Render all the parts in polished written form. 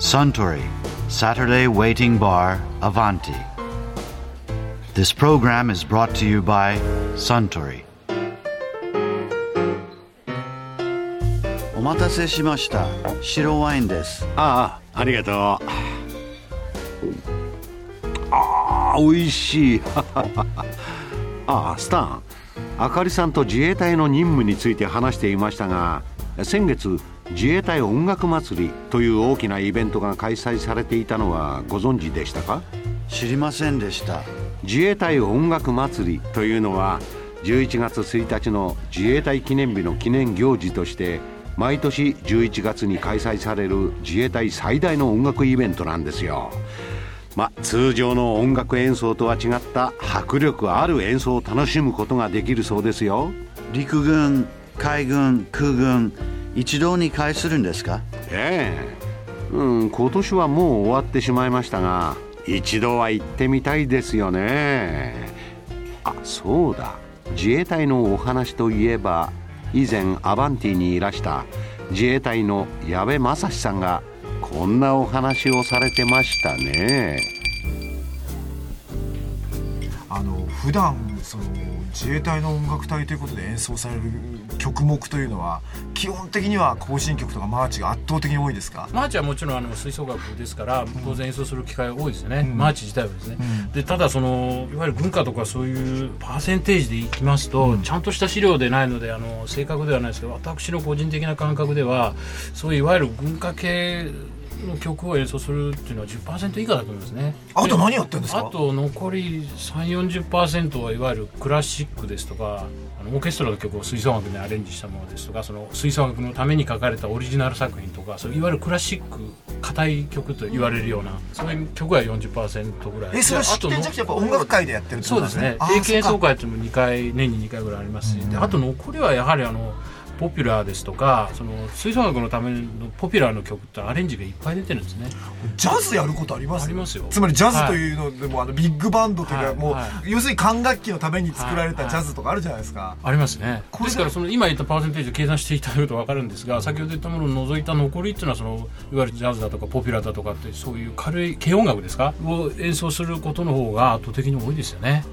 Suntory Saturday Waiting Bar Avanti. This program is brought to you by Suntory. お待たせしました。白ワインです。 ありがとう。美味しい。スタン、あかりさんと自衛隊の任務について話していましたが、先月自衛隊音楽祭りという大きなイベントが開催されていたのはご存知でしたか？ 知りませんでした。 自衛隊音楽祭りというのは11月1日の自衛隊記念日の記念行事として毎年11月に開催される自衛隊最大の音楽イベントなんですよ。通常の音楽演奏とは違った迫力ある演奏を楽しむことができるそうですよ。 陸軍、海軍、空軍一堂に会するんですか？ 今年はもう終わってしまいましたが、一度は行ってみたいですよね。そうだ、自衛隊のお話といえば、以前アバンティにいらした自衛隊の矢部正史さんがこんなお話をされてましたね。 普段自衛隊の音楽隊ということで演奏される曲目というのは基本的には行進曲とかマーチが圧倒的に多いですか？ マーチはもちろん吹奏楽ですから当然演奏する機会が多いですよね、マーチ自体はですね、でただいわゆる軍歌とかそういうパーセンテージでいきますと、ちゃんとした資料でないので正確ではないですけど、私の個人的な感覚ではそういういわゆる軍歌系の曲を演奏するっていうのは 10% 以下だと思いますね。 あと何やってるんですか？ あと残り 3-40% はいわゆるクラシックですとかオーケストラの曲を吹奏楽にアレンジしたものですとか、その吹奏楽のために書かれたオリジナル作品とか、そういわゆるクラシック硬い曲と言われるようなそういう曲が 40% ぐらい。 それは式典じゃなくてやっぱ音楽会でやってるってことですね。 そうですね。定期演奏会っていうのも年に2回ぐらいありますし、であと残りはやはりポピュラーですとか吹奏楽のためのポピュラーの曲ってアレンジがいっぱい出てるんですね。 ジャズやることあります？ ありますよ。 つまりジャズというのでも、ビッグバンドというか、もう要するに管楽器のために作られたジャズとかあるじゃないですか。 ありますね。ですから今言ったパーセンテージを計算していただくと分かるんですが、先ほど言ったものを除いた残りっていうのはいわゆるジャズだとかポピュラーだとかってそういう軽い軽音楽ですかを演奏することの方が圧倒的に多いですよね。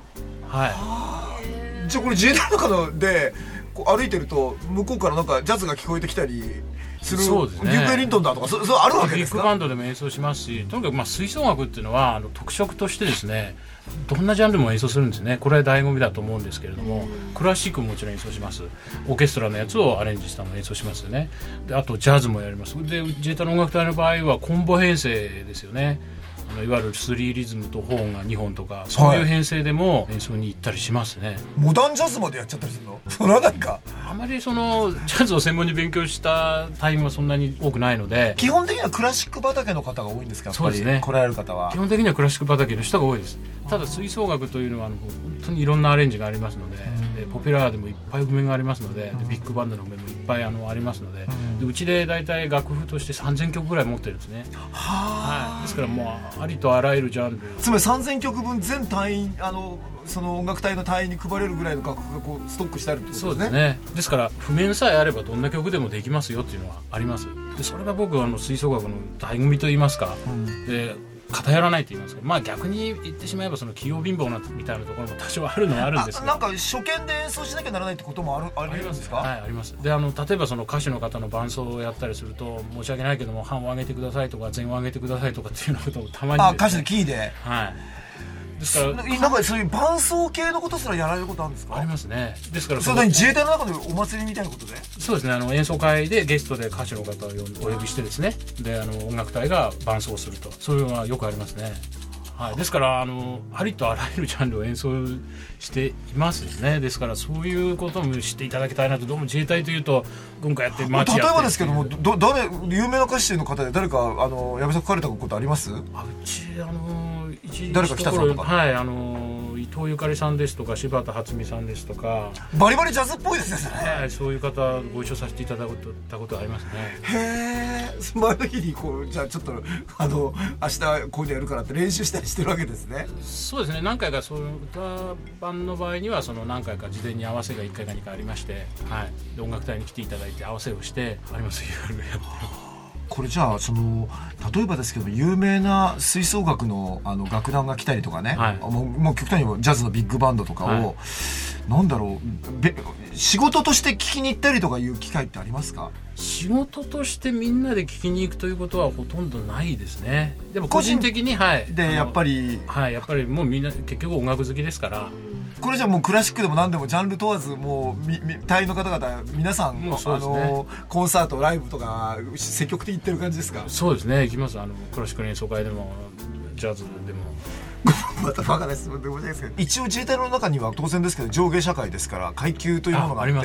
じゃあこれ自衛隊の中で歩いてると向こうからなんかジャズが聞こえてきたりする。 そうですね。 デューク・エリントンだとかそうあるわけですか？ ビッグバンドでも演奏しますし、とにかく吹奏楽っていうのは特色としてですね、どんなジャンルも演奏するんですね。これは醍醐味だと思うんですけれども、クラシックももちろん演奏します。オーケストラのやつをアレンジしたのを演奏しますよね。であとジャズもやります。で自衛隊の音楽隊の場合はコンボ編成ですよね。いわゆる3リズムとホーンが2本とかそういう編成でも演奏に行ったりしますね。 モダンジャズまでやっちゃったりするの？それは何かあまりジャズを専門に勉強したタイムはそんなに多くないので、 基本的にはクラシック畑の方が多いんですか？やっぱりそうですね。 来られる方は基本的にはクラシック畑の人が多いです。ただ吹奏楽というのは本当にいろんなアレンジがありますので、ポピュラーでもいっぱい譜面がありますので、ビッグバンドの譜面もいっぱいありますので、うちで大体楽譜として3000曲ぐらい持ってるんですね。ですからもうありとあらゆるジャンル、 つまり3000曲分全隊員その音楽隊の隊員に配れるぐらいの楽譜がストックしてあるってことですね。 そうですね。ですから譜面さえあればどんな曲でもできますよっていうのはあります。でそれが僕吹奏楽の醍醐味といいますか、で偏らないと言いますか、逆に言ってしまえば器用貧乏なみたいなところも多少あるのはあるんですが、 なんか初見で演奏しなきゃならないってこともありますか？ あります。で例えば歌手の方の伴奏をやったりすると、申し訳ないけども半を上げてくださいとか前を上げてくださいとかっていうようなこともたまにですね。 歌手のキーで、 ですからなんかそういう伴奏系のことすらやられることあるんですか？ ありますね。ですからそれ自衛隊の中でお祭りみたいなことで？ そうですね。演奏会でゲストで歌手の方をお呼びしてですね、で音楽隊が伴奏すると、そういうのはよくありますね。ですからありとあらゆるジャンルを演奏していますですね。ですからそういうことも知っていただきたいなと。どうも自衛隊というと軍歌やってマーチやって、 例えばですけども有名な歌手の方で誰か矢部さん書かれたことあります？ うち誰か来たぞとか、 伊藤ゆかりさんですとか柴田初美さんですとか、 バリバリジャズっぽいですね。 そういう方ご一緒させていただいたことありますね。 へえ。前の日にじゃあちょっと明日こういうのやるからって練習したりしてるわけですね。 そうですね。何回かそういう歌版の場合には何回か事前に合わせが1回か2回ありまして、で音楽隊に来ていただいて合わせをしてあります。いろいろやってこれじゃあ例えばですけど有名な吹奏楽の楽団が来たりとかね、もう極端にジャズのビッグバンドとかを、なんだろう、仕事として聞きに行ったりとかいう機会ってありますか？ 仕事としてみんなで聞きに行くということはほとんどないですね。でも個人的にでやっぱりもうみんな結局音楽好きですから。 これじゃもうクラシックでも何でもジャンル問わずもう隊員の方々皆さんもうそうですね、コンサートライブとか積極的に行ってる感じですか？ そうですね、行きます。クラシックの演奏会でもジャズでもまたバカな質問でございますけど、一応自衛隊の中には当然ですけど上下社会ですから階級というものがあって、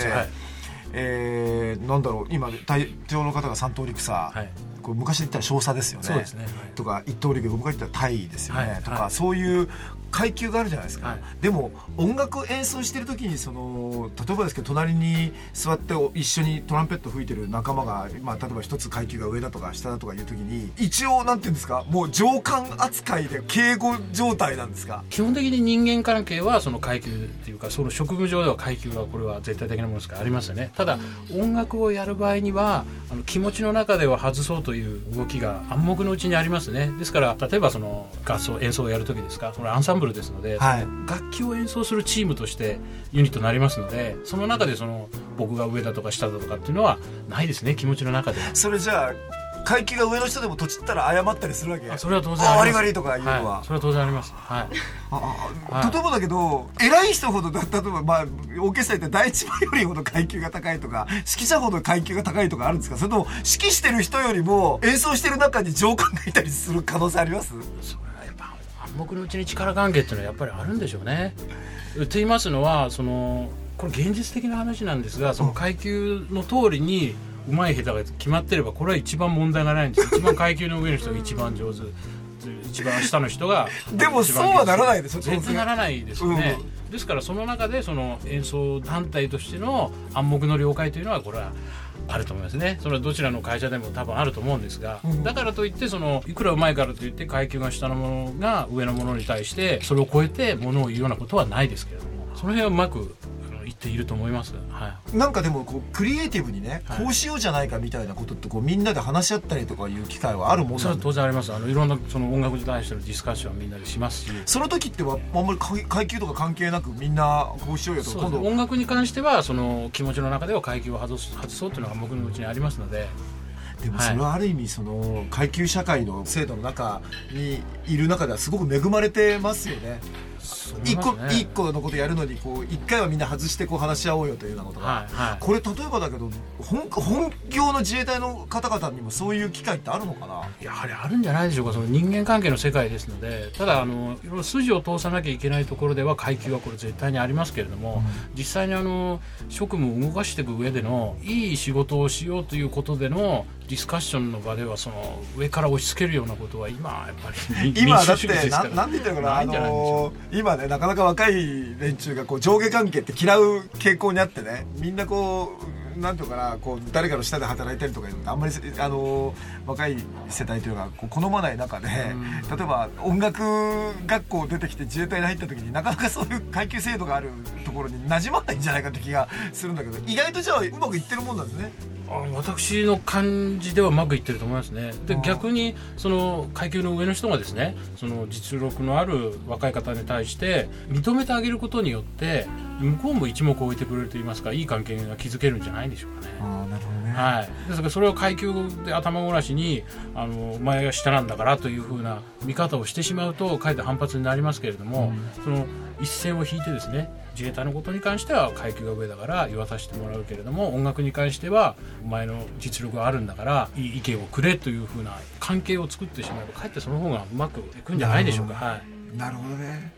なんだろう、今隊長の方が3等陸佐、これ昔で言ったら少佐ですよね。 そうですね、 とか1等陸、僕が言ったら大尉ですよね、とかそういう階級があるじゃないですか、でも音楽演奏してる時に例えばですけど隣に座って一緒にトランペット吹いてる仲間が、例えば一つ階級が上だとか下だとかいう時に一応なんていうんですか、もう上官扱いで警護状態なんですか？ 基本的に人間関係はその階級っていうか、その職務上では階級がこれは絶対的なものですからありますよね。ただ音楽をやる場合には気持ちの中では外そうという動きが暗黙のうちにありますね。ですから例えば演奏をやる時ですか、アンサンブルですので、楽器を演奏するチームとしてユニットになりますので、その中で僕が上だとか下だとかっていうのはないですね、気持ちの中で。それじゃあ階級が上の人でもとちったら謝ったりするわけ？ それは当然あります。 悪いとかいうのは、 それは当然あります。 例えばだけど偉い人ほど例えばオーケストラって第一番よりほど階級が高いとか指揮者ほど階級が高いとかあるんですか？それとも指揮してる人よりも演奏してる中に上官がいたりする可能性あります？ それはやっぱ暗黙のうちに力関係っていうのはやっぱりあるんでしょうね。と言いますのはこれ現実的な話なんですが、その階級の通りにうまい下手が決まってればこれは一番問題がないんです。一番階級の上の人が一番上手、一番下の人がでもそうはならないでしょ。 全然ならないですよね、ですからその中で演奏団体としての暗黙の了解というのはこれはあると思いますね。それはどちらの会社でも多分あると思うんですが、だからといっていくらうまいからといって階級が下のものが上のものに対してそれを超えてものを言うようなことはないですけれども、その辺はうまく言っていると思います。 なんかでもクリエイティブにね、こうしようじゃないかみたいなことってみんなで話し合ったりとかいう機会はあるもんなんですか？それは当然あります。いろんな音楽に対してのディスカッションをみんなでしますし、 その時ってはあんまり階級とか関係なくみんなこうしようよと。 今度音楽に関しては気持ちの中では階級を外そうというのが僕のうちにありますので。 でもそれはある意味階級社会の制度の中にいる中ではすごく恵まれてますよね。一個のことやるのに一回はみんな外して話し合おうよというようなことが、これ例えばだけど本業の自衛隊の方々にもそういう機会ってあるのかな？ やはりあるんじゃないでしょうか。人間関係の世界ですので、ただいろいろ筋を通さなきゃいけないところでは階級はこれ絶対にありますけれども、実際に職務を動かしていく上でのいい仕事をしようということでのディスカッションの場では上から押し付けるようなことは今やっぱり今だってなんて言ったのかな、今ねなかなか若い連中が上下関係って嫌う傾向にあってね、みんななんていうかな誰かの下で働いたりとかいうのってあんまり若い世代というのが好まない中で、例えば音楽学校出てきて自衛隊に入った時になかなかそういう階級制度があるところに馴染まないんじゃないかって気がするんだけど、意外とじゃあうまくいってるもんなんですね。 私の感じではうまくいってると思いますね。で逆に階級の上の人がですね実力のある若い方に対して認めてあげることによって向こうも一目置いてくれるといいますか、いい関係が築けるんじゃないでしょうかね。 なるほどね。 ですからそれを階級で頭ごなしにお前が下なんだからというふうな見方をしてしまうとかえって反発になりますけれども、一線を引いてですね、自衛隊のことに関しては階級が上だから言わさせてもらうけれども、音楽に関してはお前の実力があるんだからいい意見をくれというふうな関係を作ってしまえばかえってその方がうまくいくんじゃないでしょうか。 なるほどね。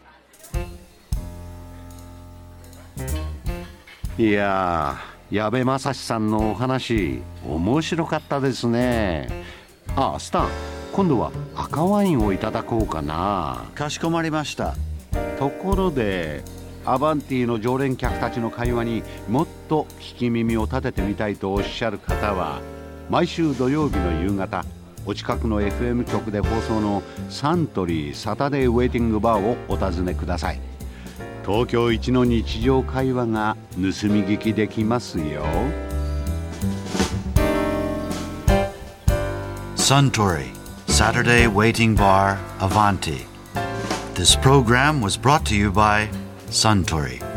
いや矢部正史さんのお話面白かったですね。スタン、今度は赤ワインをいただこうかな。 かしこまりました。 ところでアバンティの常連客たちの会話にもっと聞き耳を立ててみたいとおっしゃる方は、毎週土曜日の夕方お近くの FM 局で放送のサントリーサタデーウェイティングバーをお尋ねください。東京一の日常会話が盗み聞きできますよ。 Suntory Saturday Waiting Bar Avanti. This program was brought to you by Suntory.